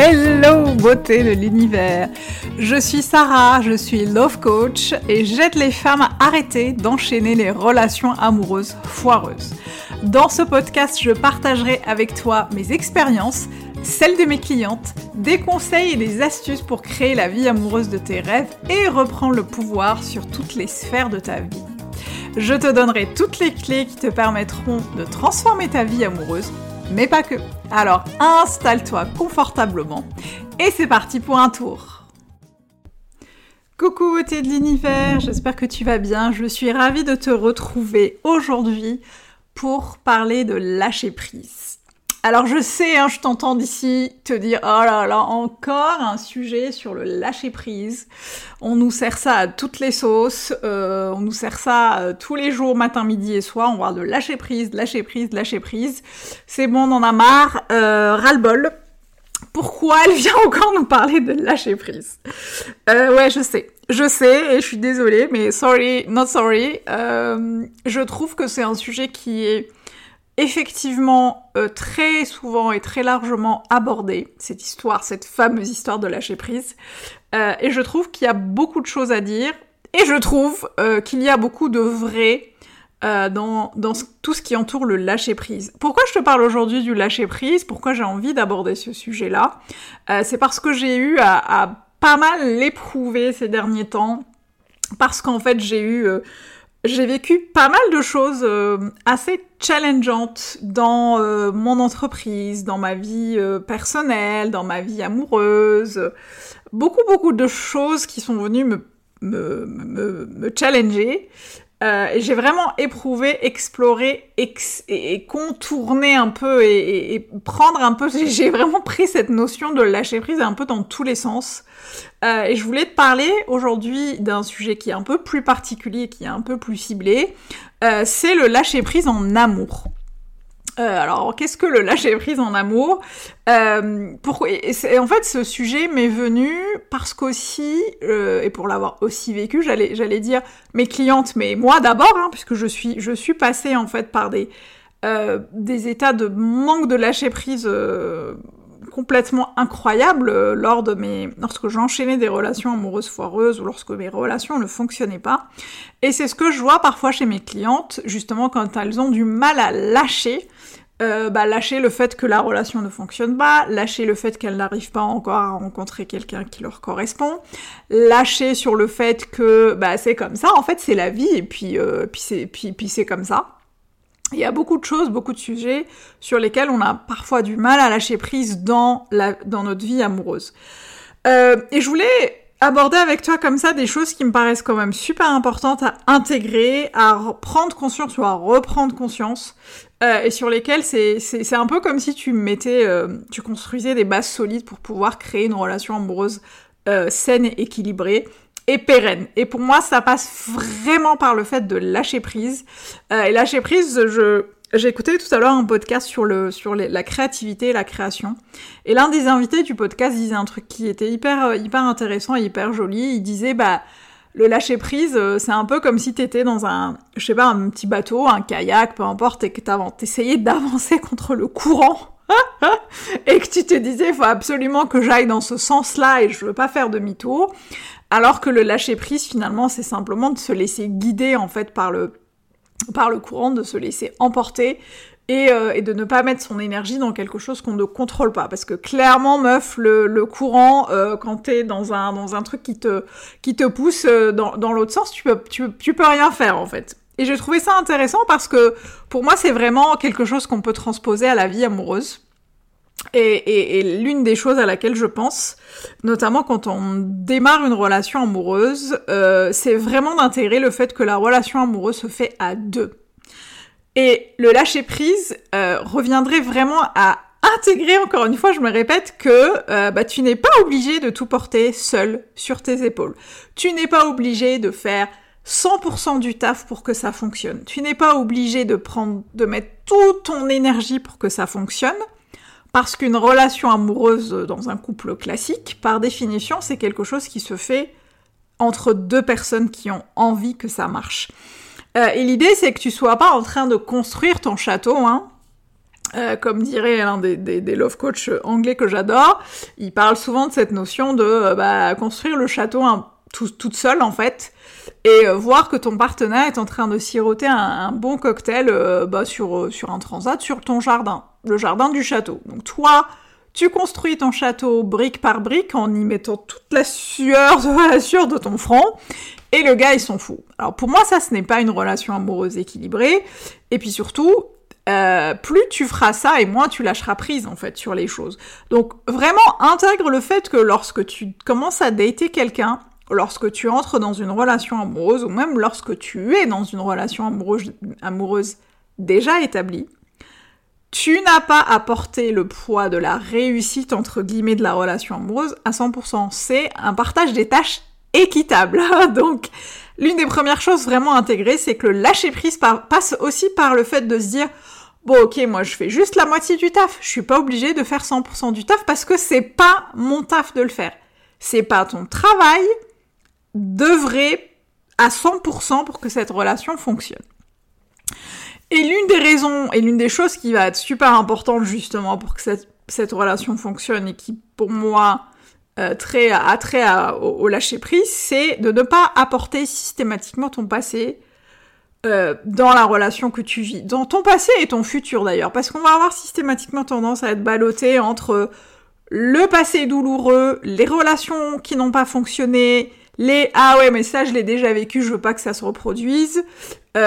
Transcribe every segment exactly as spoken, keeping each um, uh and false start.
Hello beauté de l'univers. Je suis Sarah, je suis love coach et j'aide les femmes à arrêter d'enchaîner les relations amoureuses foireuses. Dans ce podcast, je partagerai avec toi mes expériences, celles de mes clientes, des conseils et des astuces pour créer la vie amoureuse de tes rêves et reprendre le pouvoir sur toutes les sphères de ta vie. Je te donnerai toutes les clés qui te permettront de transformer ta vie amoureuse, mais pas que. Alors installe-toi confortablement et c'est parti pour un tour. Coucou beauté de l'univers, j'espère que tu vas bien. Je suis ravie de te retrouver aujourd'hui pour parler de lâcher prise. Alors je sais, hein, je t'entends d'ici te dire « Oh là là, encore un sujet sur le lâcher prise. On nous sert ça à toutes les sauces, euh, on nous sert ça euh, tous les jours, matin, midi et soir. On parle de lâcher prise, lâcher prise, lâcher prise. C'est bon, on en a marre, euh, ras-le-bol. Pourquoi elle vient encore nous parler de lâcher prise ?» euh, Ouais, je sais. Je sais, et je suis désolée, mais sorry, not sorry. Euh, je trouve que c'est un sujet qui est effectivement euh, très souvent et très largement abordé, cette histoire, cette fameuse histoire de lâcher prise. Euh, et je trouve qu'il y a beaucoup de choses à dire, et je trouve euh, qu'il y a beaucoup de vrai euh, dans, dans ce, tout ce qui entoure le lâcher prise. Pourquoi je te parle aujourd'hui du lâcher prise ? Pourquoi j'ai envie d'aborder ce sujet-là ? euh, C'est parce que j'ai eu à, à pas mal l'éprouver ces derniers temps, parce qu'en fait j'ai eu... Euh, J'ai vécu pas mal de choses euh, assez challengeantes dans euh, mon entreprise, dans ma vie euh, personnelle, dans ma vie amoureuse. Beaucoup, beaucoup de choses qui sont venues me, me, me, me challenger. Euh, et j'ai vraiment éprouvé, exploré ex- et, et contourné un peu et, et, et prendre un peu... J'ai, j'ai vraiment pris cette notion de lâcher prise un peu dans tous les sens. Euh, et je voulais te parler aujourd'hui d'un sujet qui est un peu plus particulier, qui est un peu plus ciblé. Euh, c'est le lâcher prise en amour. Euh, alors, qu'est-ce que le lâcher prise en amour ? euh, pourquoi, et c'est, En fait, ce sujet m'est venu parce qu'aussi, euh, et pour l'avoir aussi vécu, j'allais, j'allais dire mes clientes, mais moi d'abord, hein, puisque je suis, je suis passée en fait par des, euh, des états de manque de lâcher prise euh, complètement incroyables euh, lors de mes, lorsque j'enchaînais des relations amoureuses foireuses ou lorsque mes relations ne fonctionnaient pas. Et c'est ce que je vois parfois chez mes clientes, justement quand elles ont du mal à lâcher. Euh, bah, lâcher le fait que la relation ne fonctionne pas, lâcher le fait qu'elles n'arrivent pas encore à rencontrer quelqu'un qui leur correspond, lâcher sur le fait que bah, c'est comme ça, en fait c'est la vie, et puis, euh, puis, c'est, puis, puis c'est comme ça. Il y a beaucoup de choses, beaucoup de sujets sur lesquels on a parfois du mal à lâcher prise dans, la, dans notre vie amoureuse. Euh, et je voulais aborder avec toi comme ça des choses qui me paraissent quand même super importantes à intégrer, à prendre conscience ou à reprendre conscience, euh, et sur lesquelles c'est, c'est, c'est un peu comme si tu mettais, euh, tu construisais des bases solides pour pouvoir créer une relation amoureuse euh, saine et équilibrée et pérenne. Et pour moi, ça passe vraiment par le fait de lâcher prise. Euh, et lâcher prise, je... J'ai écouté tout à l'heure un podcast sur, le, sur les, la créativité et la création. Et l'un des invités du podcast disait un truc qui était hyper, hyper intéressant et hyper joli. Il disait, bah, le lâcher prise, c'est un peu comme si t'étais dans un, je sais pas, un petit bateau, un kayak, peu importe, et que t'essayais d'avancer contre le courant. Et que tu te disais, il faut absolument que j'aille dans ce sens-là et je veux pas faire demi-tour. Alors que le lâcher prise, finalement, c'est simplement de se laisser guider, en fait, par le par le courant, de se laisser emporter et, euh, et de ne pas mettre son énergie dans quelque chose qu'on ne contrôle pas. Parce que clairement, meuf, le, le courant, euh, quand t'es dans un, dans un truc qui te, qui te pousse euh, dans, dans l'autre sens, tu peux, tu, tu peux rien faire, en fait. Et j'ai trouvé ça intéressant parce que, pour moi, c'est vraiment quelque chose qu'on peut transposer à la vie amoureuse. Et, et, et l'une des choses à laquelle je pense, notamment quand on démarre une relation amoureuse, euh, c'est vraiment d'intégrer le fait que la relation amoureuse se fait à deux. Et le lâcher prise euh, reviendrait vraiment à intégrer, encore une fois, je me répète, que euh, bah, tu n'es pas obligé de tout porter seul sur tes épaules. Tu n'es pas obligé de faire cent pour cent du taf pour que ça fonctionne. Tu n'es pas obligé de prendre, de mettre toute ton énergie pour que ça fonctionne. Parce qu'une relation amoureuse dans un couple classique, par définition, c'est quelque chose qui se fait entre deux personnes qui ont envie que ça marche. Euh, et l'idée, c'est que tu sois pas en train de construire ton château, hein, Euh, comme dirait l'un des, des, des love coachs anglais que j'adore, il parle souvent de cette notion de euh, bah, construire le château hein, tout, toute seule en fait, et euh, voir que ton partenaire est en train de siroter un, un bon cocktail euh, bah, sur, euh, sur un transat, sur ton jardin, le jardin du château. Donc toi, tu construis ton château brique par brique en y mettant toute la sueur, la sueur de ton front, et le gars il s'en fout. Alors pour moi ça ce n'est pas une relation amoureuse équilibrée, et puis surtout, Euh, plus tu feras ça et moins tu lâcheras prise en fait sur les choses. Donc vraiment intègre le fait que lorsque tu commences à dater quelqu'un, lorsque tu entres dans une relation amoureuse ou même lorsque tu es dans une relation amoureuse, amoureuse déjà établie, tu n'as pas à porter le poids de la réussite entre guillemets de la relation amoureuse à cent pour cent. C'est un partage des tâches équitable. Donc l'une des premières choses vraiment intégrées, c'est que le lâcher prise par, passe aussi par le fait de se dire bon ok, moi je fais juste la moitié du taf, je suis pas obligée de faire cent pour cent du taf parce que c'est pas mon taf de le faire. C'est pas ton travail d'œuvrer à cent pour cent pour que cette relation fonctionne. Et l'une des raisons, et l'une des choses qui va être super importante justement pour que cette, cette relation fonctionne et qui pour moi euh, trait, a trait à, au, au lâcher prise, c'est de ne pas apporter systématiquement ton passé Euh, dans la relation que tu vis, dans ton passé et ton futur d'ailleurs, parce qu'on va avoir systématiquement tendance à être ballotté entre le passé douloureux, les relations qui n'ont pas fonctionné, les « ah ouais mais ça je l'ai déjà vécu, je veux pas que ça se reproduise euh, »,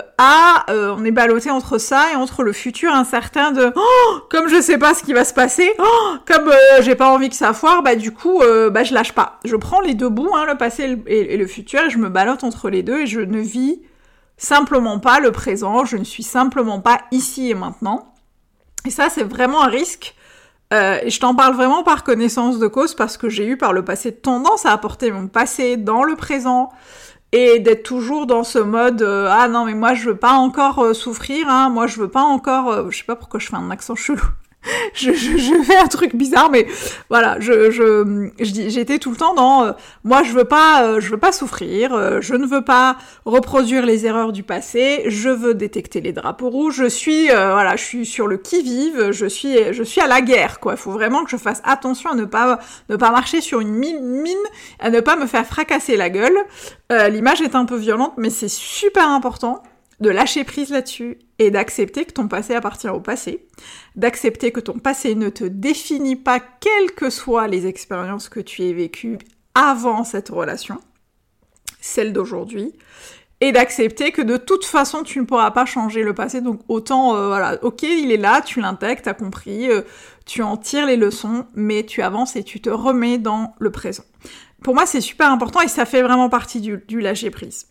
à euh, on est ballotté entre ça et entre le futur incertain de oh, « comme je sais pas ce qui va se passer, oh, comme euh, j'ai pas envie que ça foire, bah du coup euh, bah je lâche pas ». Je prends les deux bouts, hein, le passé et le, et, et le futur, et je me ballotte entre les deux et je ne vis simplement pas le présent, je ne suis simplement pas ici et maintenant. Et ça, c'est vraiment un risque. Euh, et je t'en parle vraiment par connaissance de cause parce que j'ai eu par le passé tendance à apporter mon passé dans le présent et d'être toujours dans ce mode euh, ah non mais moi je veux pas encore euh, souffrir, hein, moi je veux pas encore... Euh, je sais pas pourquoi je fais un accent chelou. Je, je, je fais un truc bizarre, mais voilà, je, je, je j'étais tout le temps dans euh, moi je veux pas, euh, je veux pas souffrir, euh, je ne veux pas reproduire les erreurs du passé, je veux détecter les drapeaux rouges, je suis, euh, voilà, je suis sur le qui-vive, je suis, je suis à la guerre, quoi. Il faut vraiment que je fasse attention à ne pas, ne pas marcher sur une mine, mine, à ne pas me faire fracasser la gueule. Euh, l'image est un peu violente, mais c'est super important de lâcher prise là-dessus et d'accepter que ton passé appartient au passé, d'accepter que ton passé ne te définit pas, quelles que soient les expériences que tu aies vécues avant cette relation, celle d'aujourd'hui, et d'accepter que de toute façon tu ne pourras pas changer le passé, donc autant, euh, voilà, ok, il est là, tu l'intègres, t'as compris, euh, tu en tires les leçons, mais tu avances et tu te remets dans le présent. Pour moi, c'est super important et ça fait vraiment partie du, du lâcher prise.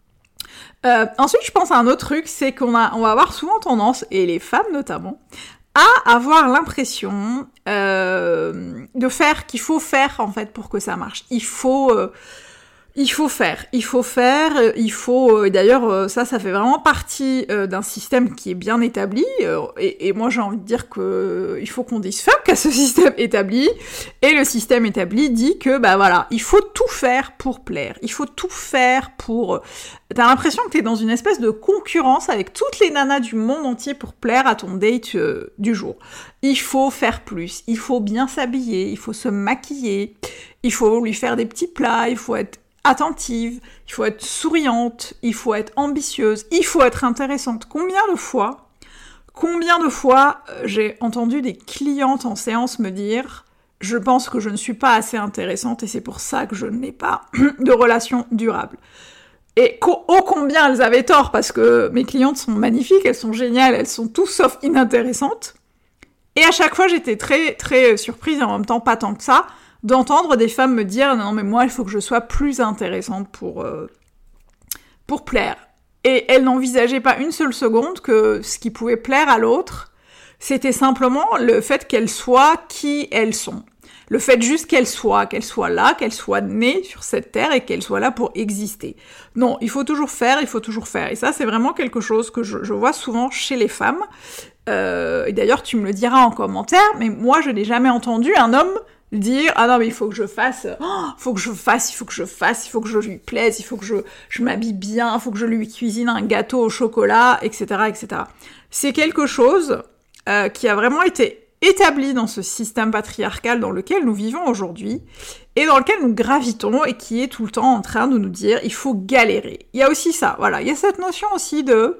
Euh, ensuite, je pense à un autre truc, c'est qu'on a, on va avoir souvent tendance, et les femmes notamment, à avoir l'impression euh, de faire, qu'il faut faire en fait pour que ça marche. Il faut, euh, il faut faire, il faut faire, il faut... Euh, d'ailleurs, euh, ça, ça fait vraiment partie euh, d'un système qui est bien établi, euh, et, et moi j'ai envie de dire que euh, il faut qu'on dise fuck à ce système établi, et le système établi dit que, bah voilà, il faut tout faire pour plaire, il faut tout faire pour... T'as l'impression que t'es dans une espèce de concurrence avec toutes les nanas du monde entier pour plaire à ton date euh, du jour. Il faut faire plus, il faut bien s'habiller, il faut se maquiller, il faut lui faire des petits plats, il faut être attentive, il faut être souriante, il faut être ambitieuse, il faut être intéressante. Combien de fois, combien de fois euh, j'ai entendu des clientes en séance me dire « Je pense que je ne suis pas assez intéressante et c'est pour ça que je n'ai pas de relation durable ». Et ô combien elles avaient tort, parce que mes clientes sont magnifiques, elles sont géniales, elles sont tout sauf inintéressantes. Et à chaque fois, j'étais très, très surprise, et en même temps pas tant que ça, d'entendre des femmes me dire « Non, mais moi, il faut que je sois plus intéressante pour, euh, pour plaire ». Et elles n'envisageaient pas une seule seconde que ce qui pouvait plaire à l'autre, c'était simplement le fait qu'elles soient qui elles sont. Le fait juste qu'elle soit, qu'elle soit là, qu'elle soit née sur cette terre et qu'elle soit là pour exister. Non, il faut toujours faire, il faut toujours faire. Et ça, c'est vraiment quelque chose que je, je vois souvent chez les femmes. Euh, et d'ailleurs, tu me le diras en commentaire, mais moi, je n'ai jamais entendu un homme dire « Ah non, mais il faut que je fasse, oh, faut que je fasse, il faut que je fasse, il faut que je lui plaise, il faut que je, je m'habille bien, il faut que je lui cuisine un gâteau au chocolat, et cetera, et cetera » C'est quelque chose... euh, qui a vraiment été établi dans ce système patriarcal dans lequel nous vivons aujourd'hui, et dans lequel nous gravitons, et qui est tout le temps en train de nous dire « il faut galérer ». Il y a aussi ça, voilà, il y a cette notion aussi de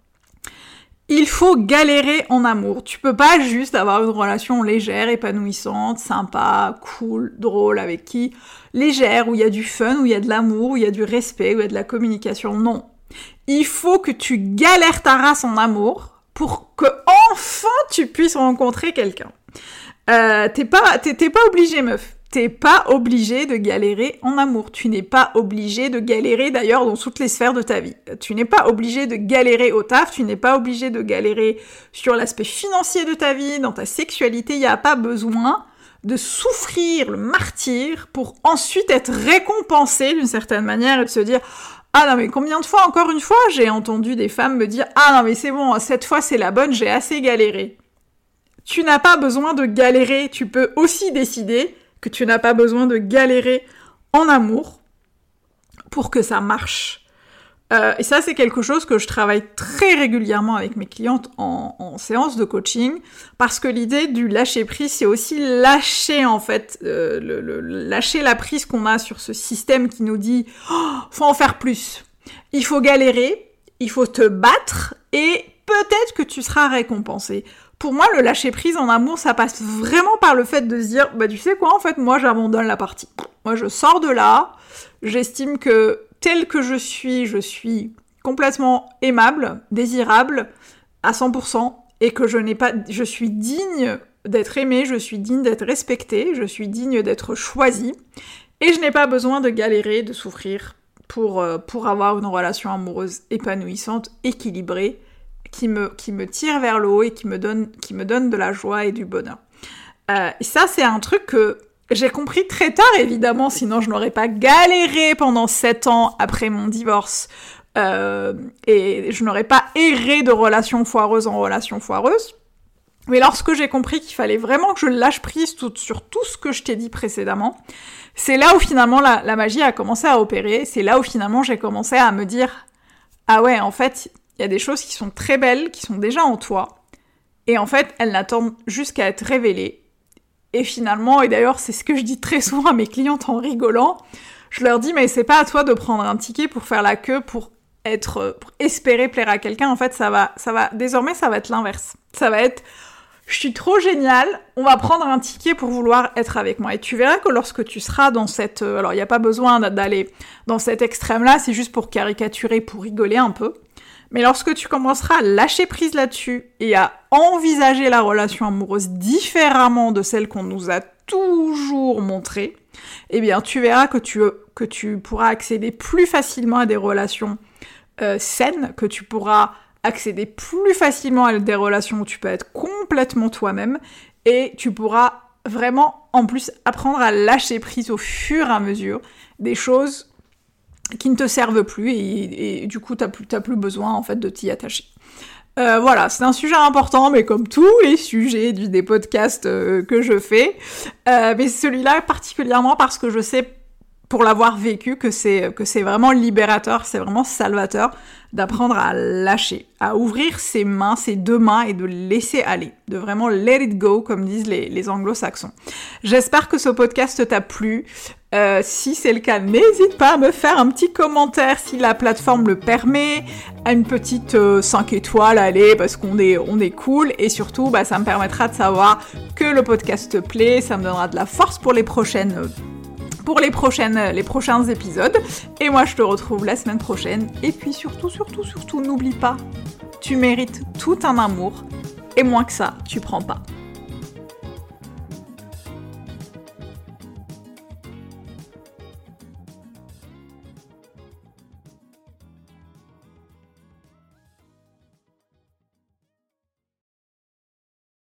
« il faut galérer en amour ». Tu peux pas juste avoir une relation légère, épanouissante, sympa, cool, drôle, avec qui légère, où il y a du fun, où il y a de l'amour, où il y a du respect, où il y a de la communication. Non. Il faut que tu galères ta race en amour pour que enfin tu puisses rencontrer quelqu'un. Euh, t'es pas, t'es, t'es pas obligé, meuf. T'es pas obligé de galérer en amour. Tu n'es pas obligé de galérer d'ailleurs dans toutes les sphères de ta vie. Tu n'es pas obligé de galérer au taf, tu n'es pas obligé de galérer sur l'aspect financier de ta vie, dans ta sexualité. Il n'y a pas besoin de souffrir le martyre pour ensuite être récompensé d'une certaine manière et de se dire « Ah non mais combien de fois, encore une fois, j'ai entendu des femmes me dire « Ah non mais c'est bon, cette fois c'est la bonne, j'ai assez galéré. » Tu n'as pas besoin de galérer, tu peux aussi décider que tu n'as pas besoin de galérer en amour pour que ça marche. Euh, et ça, c'est quelque chose que je travaille très régulièrement avec mes clientes en, en séance de coaching, parce que l'idée du lâcher-prise, c'est aussi lâcher, en fait, euh, le, le, lâcher la prise qu'on a sur ce système qui nous dit oh, « faut en faire plus, il faut galérer, il faut te battre, et peut-être que tu seras récompensé ». Pour moi, le lâcher-prise en amour, ça passe vraiment par le fait de se dire « bah tu sais quoi, en fait, moi, j'abandonne la partie. Moi, je sors de là, j'estime que tel que je suis, je suis complètement aimable, désirable, à cent pour cent, et que je n'ai pas, je suis digne d'être aimée, je suis digne d'être respectée, je suis digne d'être choisie, et je n'ai pas besoin de galérer, de souffrir pour, euh, pour avoir une relation amoureuse épanouissante, équilibrée, qui me, qui me tire vers le haut et qui me donne, qui me donne de la joie et du bonheur. Euh, et ça, c'est un truc que j'ai compris très tard, évidemment, sinon je n'aurais pas galéré pendant sept ans après mon divorce, euh, et je n'aurais pas erré de relation foireuse en relation foireuse. Mais lorsque j'ai compris qu'il fallait vraiment que je lâche prise tout, sur tout ce que je t'ai dit précédemment, c'est là où finalement la, la magie a commencé à opérer, c'est là où finalement j'ai commencé à me dire « Ah ouais, en fait, il y a des choses qui sont très belles, qui sont déjà en toi, et en fait, elles n'attendent juste qu'à être révélées. » Et finalement, et d'ailleurs c'est ce que je dis très souvent à mes clientes en rigolant, je leur dis mais c'est pas à toi de prendre un ticket pour faire la queue, pour être, pour espérer plaire à quelqu'un, en fait ça va, ça va, désormais ça va être l'inverse. Ça va être, je suis trop géniale, on va prendre un ticket pour vouloir être avec moi. Et tu verras que lorsque tu seras dans cette, alors il y a pas besoin d'aller dans cet extrême-là, c'est juste pour caricaturer, pour rigoler un peu. Mais lorsque tu commenceras à lâcher prise là-dessus et à envisager la relation amoureuse différemment de celle qu'on nous a toujours montrée, eh bien, tu verras que tu, que tu pourras accéder plus facilement à des relations euh, saines, que tu pourras accéder plus facilement à des relations où tu peux être complètement toi-même, et tu pourras vraiment, en plus, apprendre à lâcher prise au fur et à mesure des choses qui ne te servent plus, et, et du coup, t'as plus, t'as plus besoin, en fait, de t'y attacher. Euh, voilà, c'est un sujet important, mais comme tous les sujets du, des podcasts euh, que je fais, euh, mais celui-là particulièrement parce que je sais, pour l'avoir vécu, que c'est, que c'est vraiment libérateur, c'est vraiment salvateur d'apprendre à lâcher, à ouvrir ses mains, ses deux mains, et de laisser aller, de vraiment let it go, comme disent les, les anglo-saxons. J'espère que ce podcast t'a plu. Euh, si c'est le cas, n'hésite pas à me faire un petit commentaire si la plateforme le permet, à une petite euh, cinq étoiles, allez, parce qu'on est, on est cool, et surtout, bah, ça me permettra de savoir que le podcast te plaît, ça me donnera de la force pour les prochaines, euh, pour les prochaines, les prochains épisodes, et moi je te retrouve la semaine prochaine, et puis surtout, surtout, surtout, n'oublie pas, tu mérites tout un amour, et moins que ça, tu prends pas.